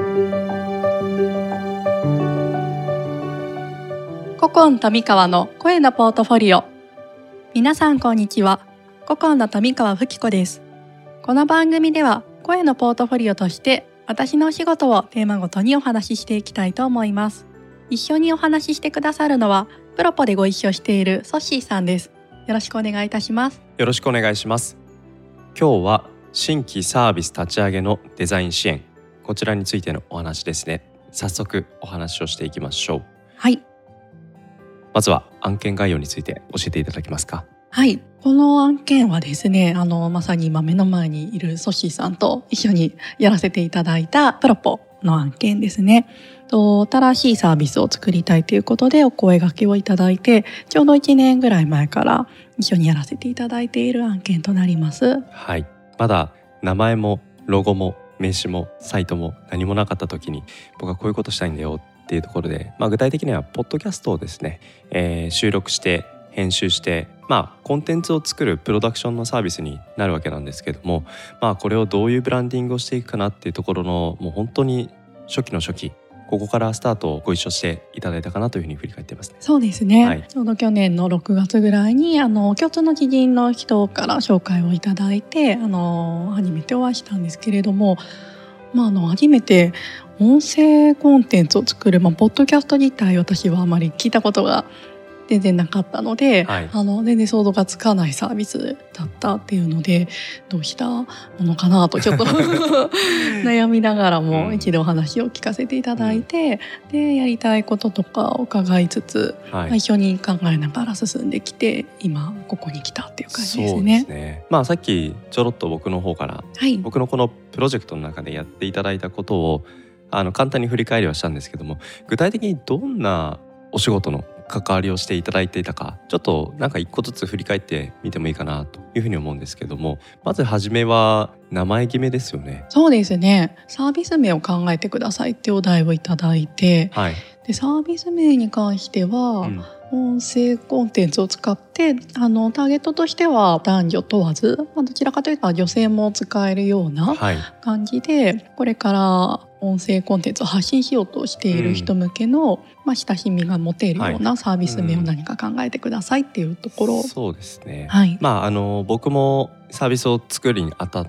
古今富川の声のポートフォリオ。皆さんこんにちは。古今の富川吹子です。この番組では声のポートフォリオとして私のお仕事をテーマごとにお話ししていきたいと思います。一緒にお話ししてくださるのはプロポでご一緒しているソッシーさんです。よろしくお願いいたします。 よろしくお願いします。今日は新規サービス立ち上げのデザイン支援、こちらについてのお話ですね。早速お話をしていきましょう。 はい。 まずは案件概要について教えていただけますか？ はい。この案件はですね、まさに今目の前にいるソッシーさんと一緒にやらせていただいたプロポの案件ですね。新しいサービスを作りたいということでお声掛けをいただいて、ちょうど1年ぐらい前から一緒にやらせていただいている案件となります。 はい。まだ名前もロゴも名刺もサイトも何もなかった時に、僕はこういうことしたいんだよっていうところで、具体的にはポッドキャストをですね、収録して編集して、コンテンツを作るプロダクションのサービスになるわけなんですけども、これをどういうブランディングをしていくかなっていうところの、もう本当に初期の初期、ここからスタートをご一緒していただいたかなというふうに振り返っていますね。 そうですね、 はい、 ちょうど去年の6月ぐらいに共通の知人の人から紹介をいただいて初めてお会いしたんですけれども、初めて音声コンテンツを作る、ポッドキャスト自体私はあまり聞いたことが全然なかったので、 はい、 全然想像がつかないサービスだったっていうので、どうしたものかなとちょっと悩みながらも一度お話を聞かせていただいて、でやりたいこととかを伺いつつ、一緒に考えながら進んできて、今ここに来たっていう感じですね。 そうですね。さっきちょろっと僕の方から、僕のこのプロジェクトの中でやっていただいたことを簡単に振り返りはしたんですけども、具体的にどんなお仕事の関わりをしていただいていたか、ちょっと一個ずつ振り返ってみてもいいかなというふうに思うんですけども、まずはじめは名前決めですよね。 そうですね。サービス名を考えてくださいってお題をいただいて、でサービス名に関しては、音声コンテンツを使ってターゲットとしては男女問わず、どちらかというと女性も使えるような感じで、これから音声コンテンツを発信しようとしている人向けの、親しみが持てるようなサービス名を何か考えてくださいっていうところ。 そうですね、僕もサービスを作るにあたって、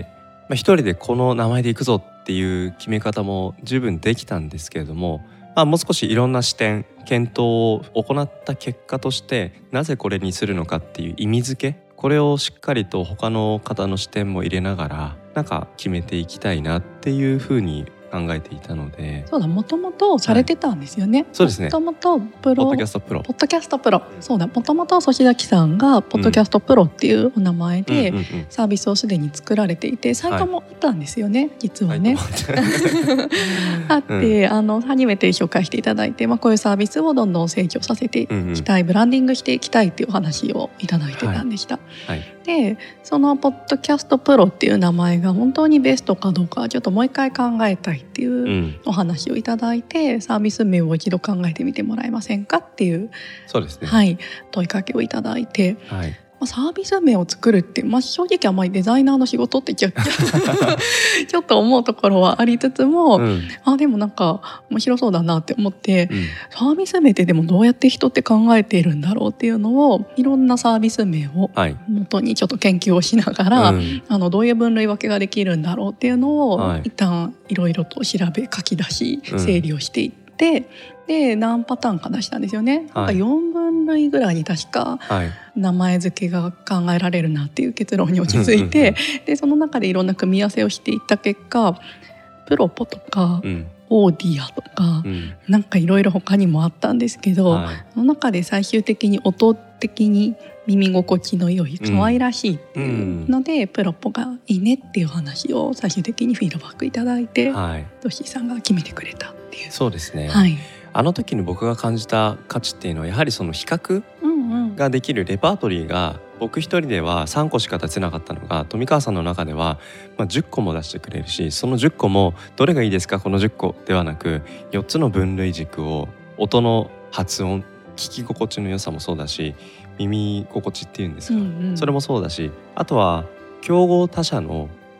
一人でこの名前でいくぞっていう決め方も十分できたんですけれども、もう少しいろんな視点検討を行った結果として、なぜこれにするのかっていう意味付け、これをしっかりと他の方の視点も入れながら決めていきたいなっていうふうに考えていたので。 そうだ、もともとされてたんですよね。 そうですね。 もともとポッドキャストプロ。そうだ、もともと粗崎さんがポッドキャストプロっていうお名前でサービスをすでに作られていて、サイトもあったんですよね、実はね。あって、初めて紹介していただいて、こういうサービスをどんどん成長させていきたい、ブランディングしていきたいっていうお話をいただいてたんでした。でそのポッドキャストプロっていう名前が本当にベストかどうかちょっともう一回考えたいっていうお話をいただいて、サービス名を一度考えてみてもらえませんかっていう、 そうですね、 問いかけをいただいて、サービス名を作るって、正直あまりデザイナーの仕事ってちょっと思うところはありつつも、でも面白そうだなって思って、サービス名ってでもどうやって人って考えているんだろうっていうのを、いろんなサービス名を元にちょっと研究をしながら、どういう分類分けができるんだろうっていうのを、一旦いろいろと調べ書き出し整理をしていって、で何パターンか出したんですよね。4分類ぐらいに確か名前付けが考えられるなっていう結論に落ち着いて、でその中でいろんな組み合わせをしていった結果、プロポとか、オーディアとか、いろいろ他にもあったんですけど、その中で最終的に音的に耳心地の良い、可愛らしいっていうので、プロポがいいねっていう話を最終的にフィードバックいただいて、ドッシーさんが決めてくれたっていう。 そうですね、あの時に僕が感じた価値っていうのは、やはりその比較ができるレパートリーが、僕一人では3個しか出せなかったのが、富川さんの中では10個も出してくれるし、その10個もどれがいいですかこの10個ではなく、4つの分類軸を、音の発音、聞き心地の良さもそうだし、耳心地っていうんですか、それもそうだし、あとは競合他社の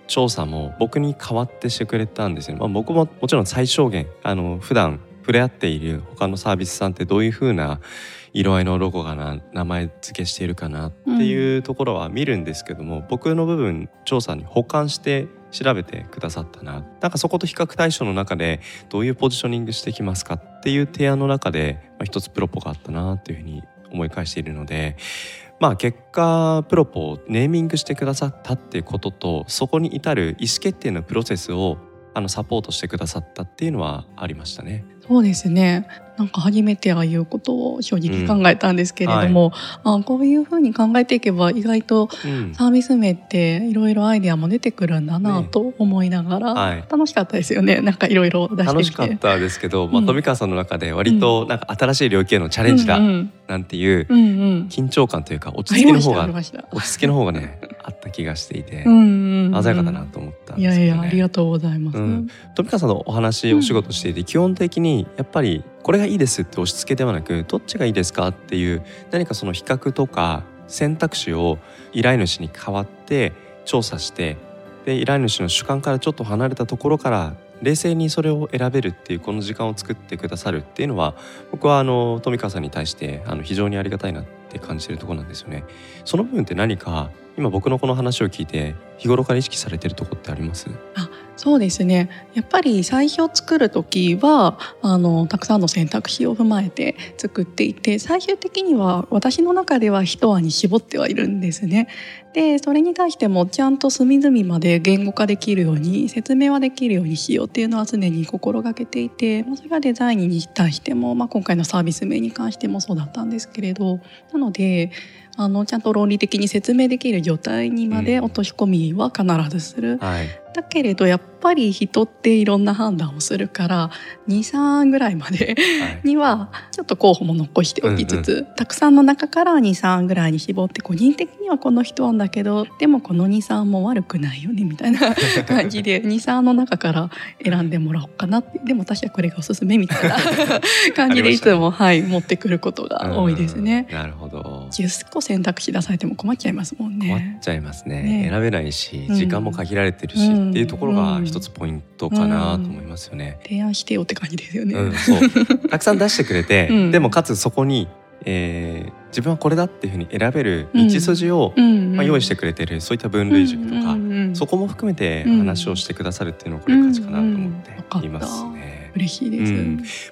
調査も僕に代わってしてくれたんですよね。僕ももちろん最小限普段触れ合っている他のサービスさんってどういう風な色合いのロゴが名前付けしているかなっていうところは見るんですけども、僕の部分調査に補完して調べてくださったな。なんかそこと比較対象の中でどういうポジショニングしてきますかっていう提案の中で、一つプロポがあったなっていうふうに思い返しているので、結果プロポをネーミングしてくださったっていうことと、そこに至る意思決定のプロセスをサポートしてくださったっていうのはありましたね。 そうですね。なんか初めてああいうことを正直考えたんですけれども、こういうふうに考えていけば意外とサービス名っていろいろアイデアも出てくるんだなと思いながら、楽しかったですよね。なんかいろいろ出してきて楽しかったですけど、富川さんの中で割となんか新しい領域へのチャレンジだなんていう緊張感というか落ち着きの方がねあった気がしていて、鮮やかだなと思ったんですけどね。 ありがとうございます。 富川さんのお話お仕事していて、基本的にやっぱりこれがいいですって押し付けではなく、どっちがいいですかっていう何かその比較とか選択肢を依頼主に代わって調査して、で依頼主の主観からちょっと離れたところから冷静にそれを選べるっていうこの時間を作ってくださるっていうのは、僕は富川さんに対して非常にありがたいなって感じてるところなんですよね。その部分って何か今僕のこの話を聞いて日頃から意識されてるところってあります？ そうですね。やっぱり最初作る時はたくさんの選択肢を踏まえて作っていて、最終的には私の中では一案に絞ってはいるんですね。でそれに対してもちゃんと隅々まで言語化できるように、説明はできるようにしようっていうのは常に心がけていて、それがデザインに対しても、今回のサービス名に関してもそうだったんですけれど、なのでちゃんと論理的に説明できる状態にまで落とし込みは必ずする、だけれどやっぱり人っていろんな判断をするから 2,3 ぐらいまでにはちょっと候補も残しておきつつ、たくさんの中から 2,3 ぐらいに絞って、個人的にはこの人なんだけどでもこの 2,3 も悪くないよねみたいな感じで2,3 の中から選んでもらおうかなって、でも私はこれがおすすめみたいな感じでいつも、持ってくることが多いですね。 なるほど。 10個選択肢出されても困っちゃいますもんね。 困っちゃいますね。選べないし時間も限られてるし、っていうところが一つポイントかなと思いますよね。 提案してよって感じですよね。 そうたくさん出してくれて、でもかつそこに、自分はこれだっていうふうに選べる道筋を、用意してくれてる、そういった分類軸とか、そこも含めて話をしてくださるっていうのがこれ価値かなと思っていますね。 嬉しいです。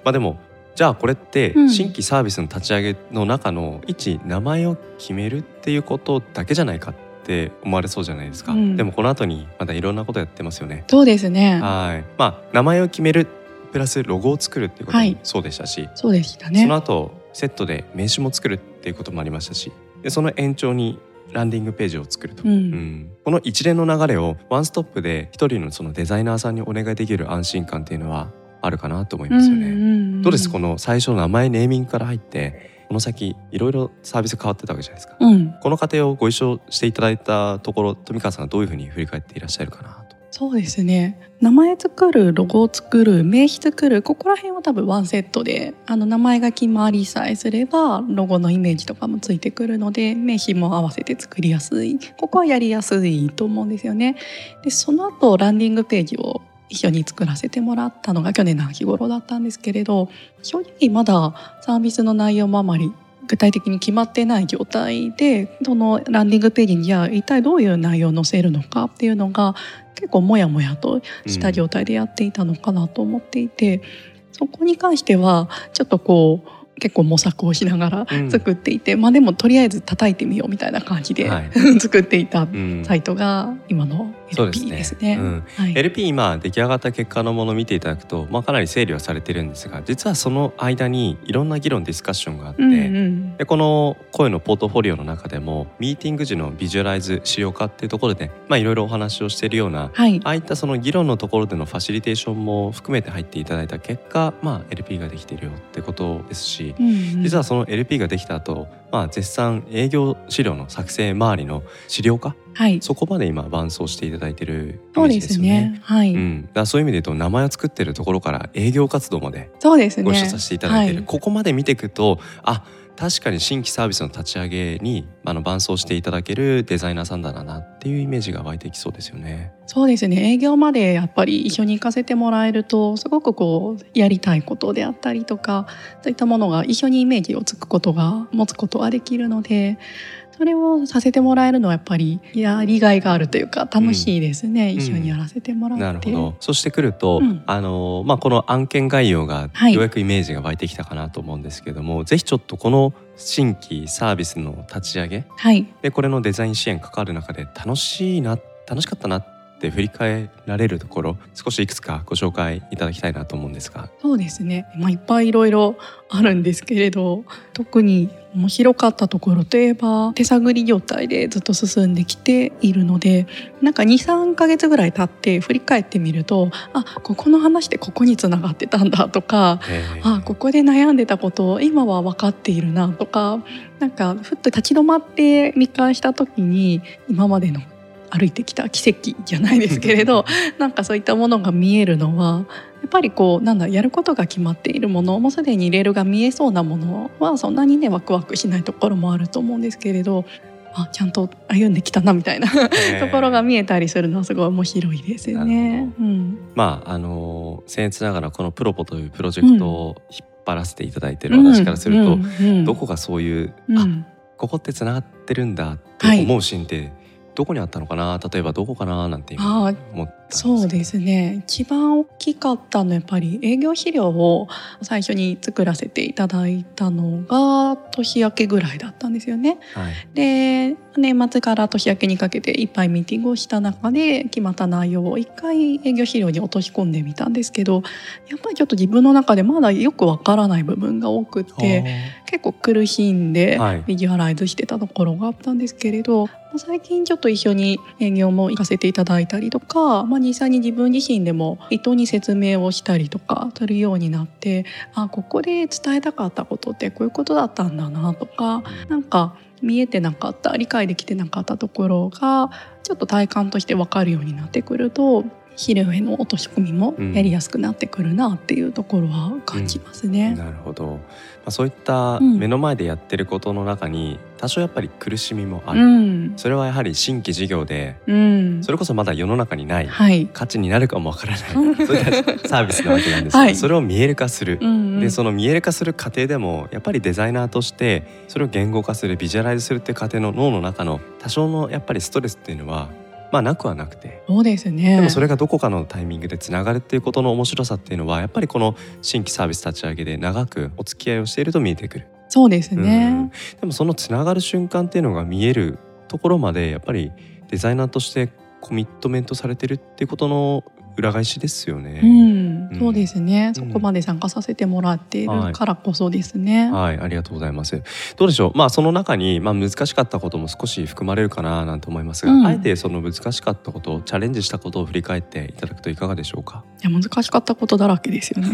でもじゃあこれって新規サービスの立ち上げの中の一名前を決めるっていうことだけじゃないかって思われそうじゃないですか。でもこの後にまだいろんなことやってますよね。 そうですね。 名前を決めるプラスロゴを作るっていうこともそうでしたし、 そうでしたね。 その後セットで名刺も作るっていうこともありましたし、でその延長にランディングページを作ると、この一連の流れをワンストップで一人のそのデザイナーさんにお願いできる安心感っていうのはあるかなと思いますよね。どうです？この最初の名前ネーミングから入ってこの先いろいろサービス変わってたわけじゃないですか。この過程をご一緒していただいたところ、富川さんはどういうふうに振り返っていらっしゃるかなと。 そうですね。名前作る、ロゴを作る、名刺作る、ここら辺は多分ワンセットで、名前が決まりさえすればロゴのイメージとかもついてくるので、名刺も合わせて作りやすい、ここはやりやすいと思うんですよね。でその後ランディングページを一緒に作らせてもらったのが去年の秋頃だったんですけれど、正直まだサービスの内容もあまり具体的に決まってない状態で、そのランディングページにじゃあ一体どういう内容を載せるのかっていうのが結構モヤモヤとした状態でやっていたのかなと思っていて、そこに関してはちょっと結構模索をしながら作っていて、でもとりあえず叩いてみようみたいな感じで、作っていたサイトが今の LP ですね。 LP 今出来上がった結果のものを見ていただくと、かなり整理はされてるんですが、実はその間にいろんな議論ディスカッションがあって、でこの声のポートフォリオの中でもミーティング時のビジュアライズ資料化っていうところで、いろいろお話をしているような、ああいったその議論のところでのファシリテーションも含めて入っていただいた結果、LP ができているよってことですし、実はその LP ができた後、絶賛営業資料の作成周りの資料化、そこまで今伴走していただいているイメージですよね。だからそういう意味で言うと、名前を作っているところから営業活動までご一緒させていただいている、ここまで見ていくと、 確かに新規サービスの立ち上げに伴走していただけるデザイナーさんだなっていうイメージが湧いてきそうですよね。 そうですね、営業までやっぱり一緒に行かせてもらえるとすごくこうやりたいことであったりとかそういったものが一緒にイメージを持つことができるので、それをさせてもらえるのはやっぱりやりがいがあるというか楽しいですね、一緒にやらせてもらって。 なるほど。そしてくると、この案件概要がようやくイメージが湧いてきたかなと思うんですけども、ぜひちょっとこの新規サービスの立ち上げ、でこれのデザイン支援関わる中で楽しかったなって振り返られるところ、少しいくつかご紹介いただきたいなと思うんですが。 そうですね、いっぱいいろいろあるんですけれど、特に面白かったところといえば手探り状態でずっと進んできているので、なんか 2,3 ヶ月ぐらい経って振り返ってみると、ここの話ってここにつながってたんだとか、ここで悩んでたことを今は分かっているなとか、なんかふっと立ち止まって見返した時に今までの歩いてきた奇跡じゃないですけれどなんかそういったものが見えるのはやっぱりやることが決まっているもの、もうすでにレールが見えそうなものはそんなにねワクワクしないところもあると思うんですけれど、ちゃんと歩んできたなみたいなところが見えたりするのはすごい面白いですよね。 僭越ながらこのプロポというプロジェクトを引っ張らせていただいている私からすると、どこがそういう、ここってつながってるんだって思うシーンってどこにあったのかな、例えばどこかななんて思ったんです。 そうですね、一番大きかったのはやっぱり営業資料を最初に作らせていただいたのが年明けぐらいだったんですよね。で年末から年明けにかけていっぱいミーティングをした中で決まった内容を一回営業資料に落とし込んでみたんですけど、やっぱりちょっと自分の中でまだよくわからない部分が多くて結構苦しんでビジュアライズしてたところがあったんですけれど、最近ちょっと一緒に営業も行かせていただいたりとか、実際に自分自身でも人に説明をしたりとかするようになって、ここで伝えたかったことってこういうことだったんだなとか、なんか見えてなかった理解できてなかったところがちょっと体感として分かるようになってくると、資料への落とし込みもやりやすくなってくるなっていうところは感じますね。 なるほど。そういった目の前でやってることの中に多少やっぱり苦しみもある、それはやはり新規事業で、それこそまだ世の中にない、価値になるかもわからないそういったサービスなわけなんですけど、それを見える化する、でその見える化する過程でもやっぱりデザイナーとしてそれを言語化する、ビジュアライズするっていう過程の脳の中の多少のやっぱりストレスっていうのはなくはなくて、 そうですね。 でもそれがどこかのタイミングでつながるっていうことの面白さっていうのはやっぱりこの新規サービス立ち上げで長くお付き合いをしていると見えてくる。 そうですね、 でもそのつながる瞬間っていうのが見えるところまでやっぱりデザイナーとしてコミットメントされてるっていうことの裏返しですよね。 そうですね、そこまで参加させてもらっているからこそですね。 ありがとうございます。どうでしょう、その中に難しかったことも少し含まれるかななんて思いますが、あえてその難しかったことをチャレンジしたことを振り返っていただくといかがでしょうか。 いや難しかったことだらけですよね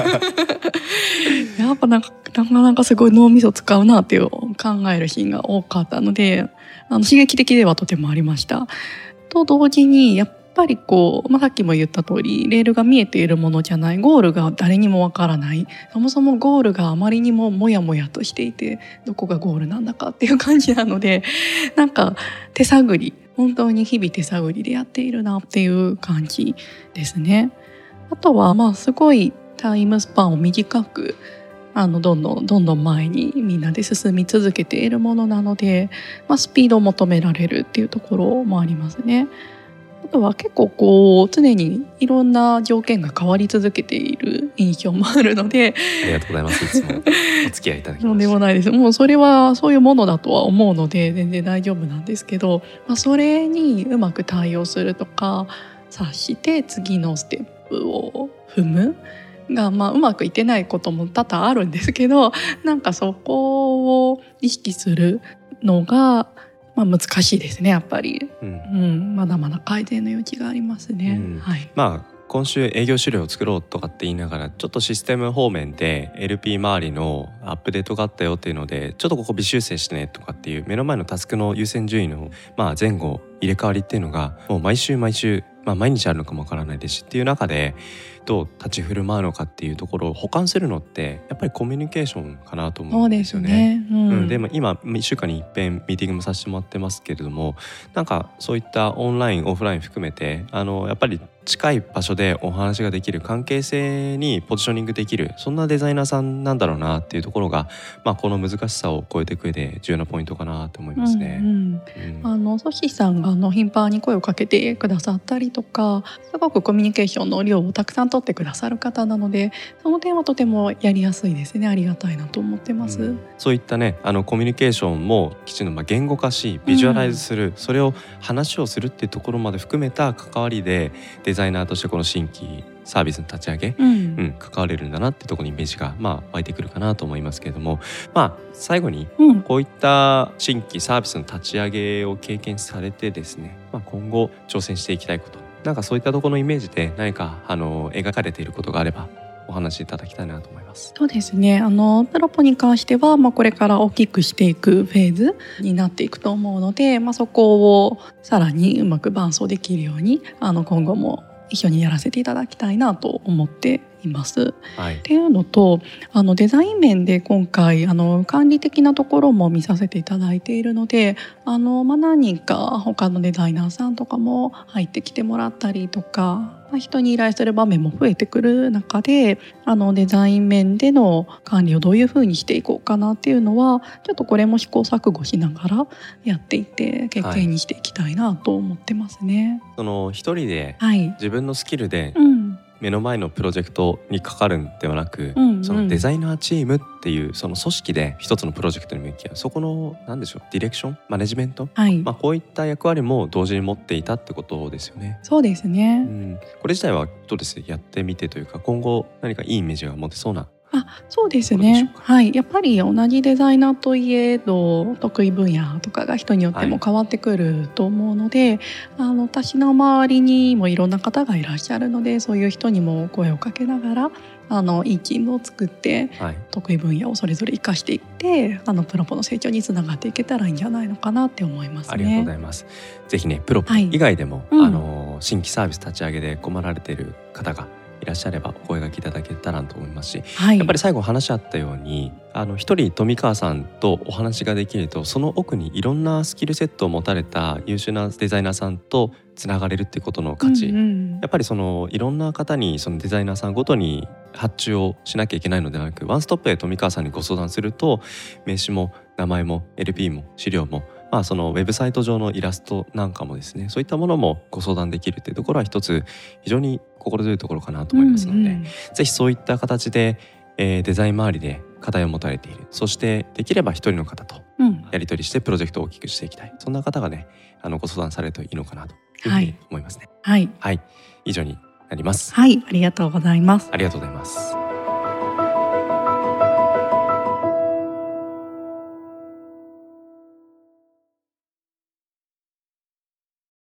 やっぱなかなかすごい脳みそ使うなっていう考えるシーンが多かったので、刺激的ではとてもありました。と同時にやっぱりさっきも言った通りレールが見えているものじゃない、ゴールが誰にもわからない、そもそもゴールがあまりにもモヤモヤとしていてどこがゴールなんだかっていう感じなので、なんか手探り、本当に日々手探りでやっているなっていう感じですね。あとはすごいタイムスパンを短くどんどん前にみんなで進み続けているものなので、スピードを求められるっていうところもありますね。あとは結構常にいろんな条件が変わり続けている印象もあるので、 ありがとうございます。いつもお付き合いいただきましてとんでもないです。もうそれはそういうものだとは思うので全然大丈夫なんですけど、それにうまく対応するとか察して次のステップを踏むがうまくいってないことも多々あるんですけど、なんかそこを意識するのが難しいですね、やっぱり、まだまだ改善の余地がありますね。 今週営業資料を作ろうとかって言いながらちょっとシステム方面で LP 周りのアップデートがあったよっていうので、ちょっとここ微修正してねとかっていう目の前のタスクの優先順位の前後入れ替わりっていうのがもう毎週毎日あるのかもわからないですしっていう中でどう立ち振る舞うのかっていうところを補完するのってやっぱりコミュニケーションかなと思うんですよね。でも今1週間に一遍ミーティングもさせてもらってますけれども、なんかそういったオンラインオフライン含めてやっぱり近い場所でお話ができる関係性にポジショニングできる、そんなデザイナーさんなんだろうなっていうところが、この難しさを超えていく上で重要なポイントかなと思いますね。 ソシさんが頻繁に声をかけてくださったりとか、すごくコミュニケーションの量をたくさん取ってくださる方なので、その点はとてもやりやすいですね。ありがたいなと思ってます。 そういったねコミュニケーションもきちんと言語化しビジュアライズする、それを話をするっていうところまで含めた関わりでデザイナーとしてこの新規サービスの立ち上げ、関われるんだなっていうところにイメージが湧いてくるかなと思いますけれども、最後にこういった新規サービスの立ち上げを経験されてですね、今後挑戦していきたいこと、なんかそういったところのイメージで何か描かれていることがあればお話しいただきたいなと思います。 そうですね。プロポに関しては、これから大きくしていくフェーズになっていくと思うので、そこをさらにうまく伴走できるように今後も一緒にやらせていただきたいなと思っています。っていうのとデザイン面で今回管理的なところも見させていただいているので何人か他のデザイナーさんとかも入ってきてもらったりとか、人に依頼する場面も増えてくる中でデザイン面での管理をどういうふうにしていこうかなっていうのはちょっとこれも試行錯誤しながらやっていって経験にしていきたいなと思ってますね。 一人で自分のスキルで、目の前のプロジェクトにかかるんではなく、そのデザイナーチームっていうその組織で一つのプロジェクトに向き合う、そこのディレクションマネジメント、こういった役割も同時に持っていたってことですよね。 そうですね、 これ自体はどうですやってみてというか、今後何かいいイメージが持てそうな。 そうですね。やっぱり同じデザイナーといえど得意分野とかが人によっても変わってくると思うので、私の周りにもいろんな方がいらっしゃるので、そういう人にも声をかけながらいいチームを作って、得意分野をそれぞれ生かしていってプロポの成長につながっていけたらいいんじゃないのかなって思いますね。 ありがとうございます。ぜひねプロポ以外でも、新規サービス立ち上げで困られている方がいらっしゃればお声掛けいただけたらと思いますし、やっぱり最後話し合ったように一人富川さんとお話ができると、その奥にいろんなスキルセットを持たれた優秀なデザイナーさんとつながれるっていうことの価値、やっぱりいろんな方にそのデザイナーさんごとに発注をしなきゃいけないのではなく、ワンストップで富川さんにご相談すると名刺も名前も LP も資料もそのウェブサイト上のイラストなんかもですね、そういったものもご相談できるというところは一つ非常に心強いところかなと思いますので、ぜひそういった形で、デザイン周りで課題を持たれている、そしてできれば一人の方とやり取りしてプロジェクトを大きくしていきたい、そんな方がねご相談されるといいのかなというふうに思いますね。以上になります。 ありがとうございます。 ありがとうございます。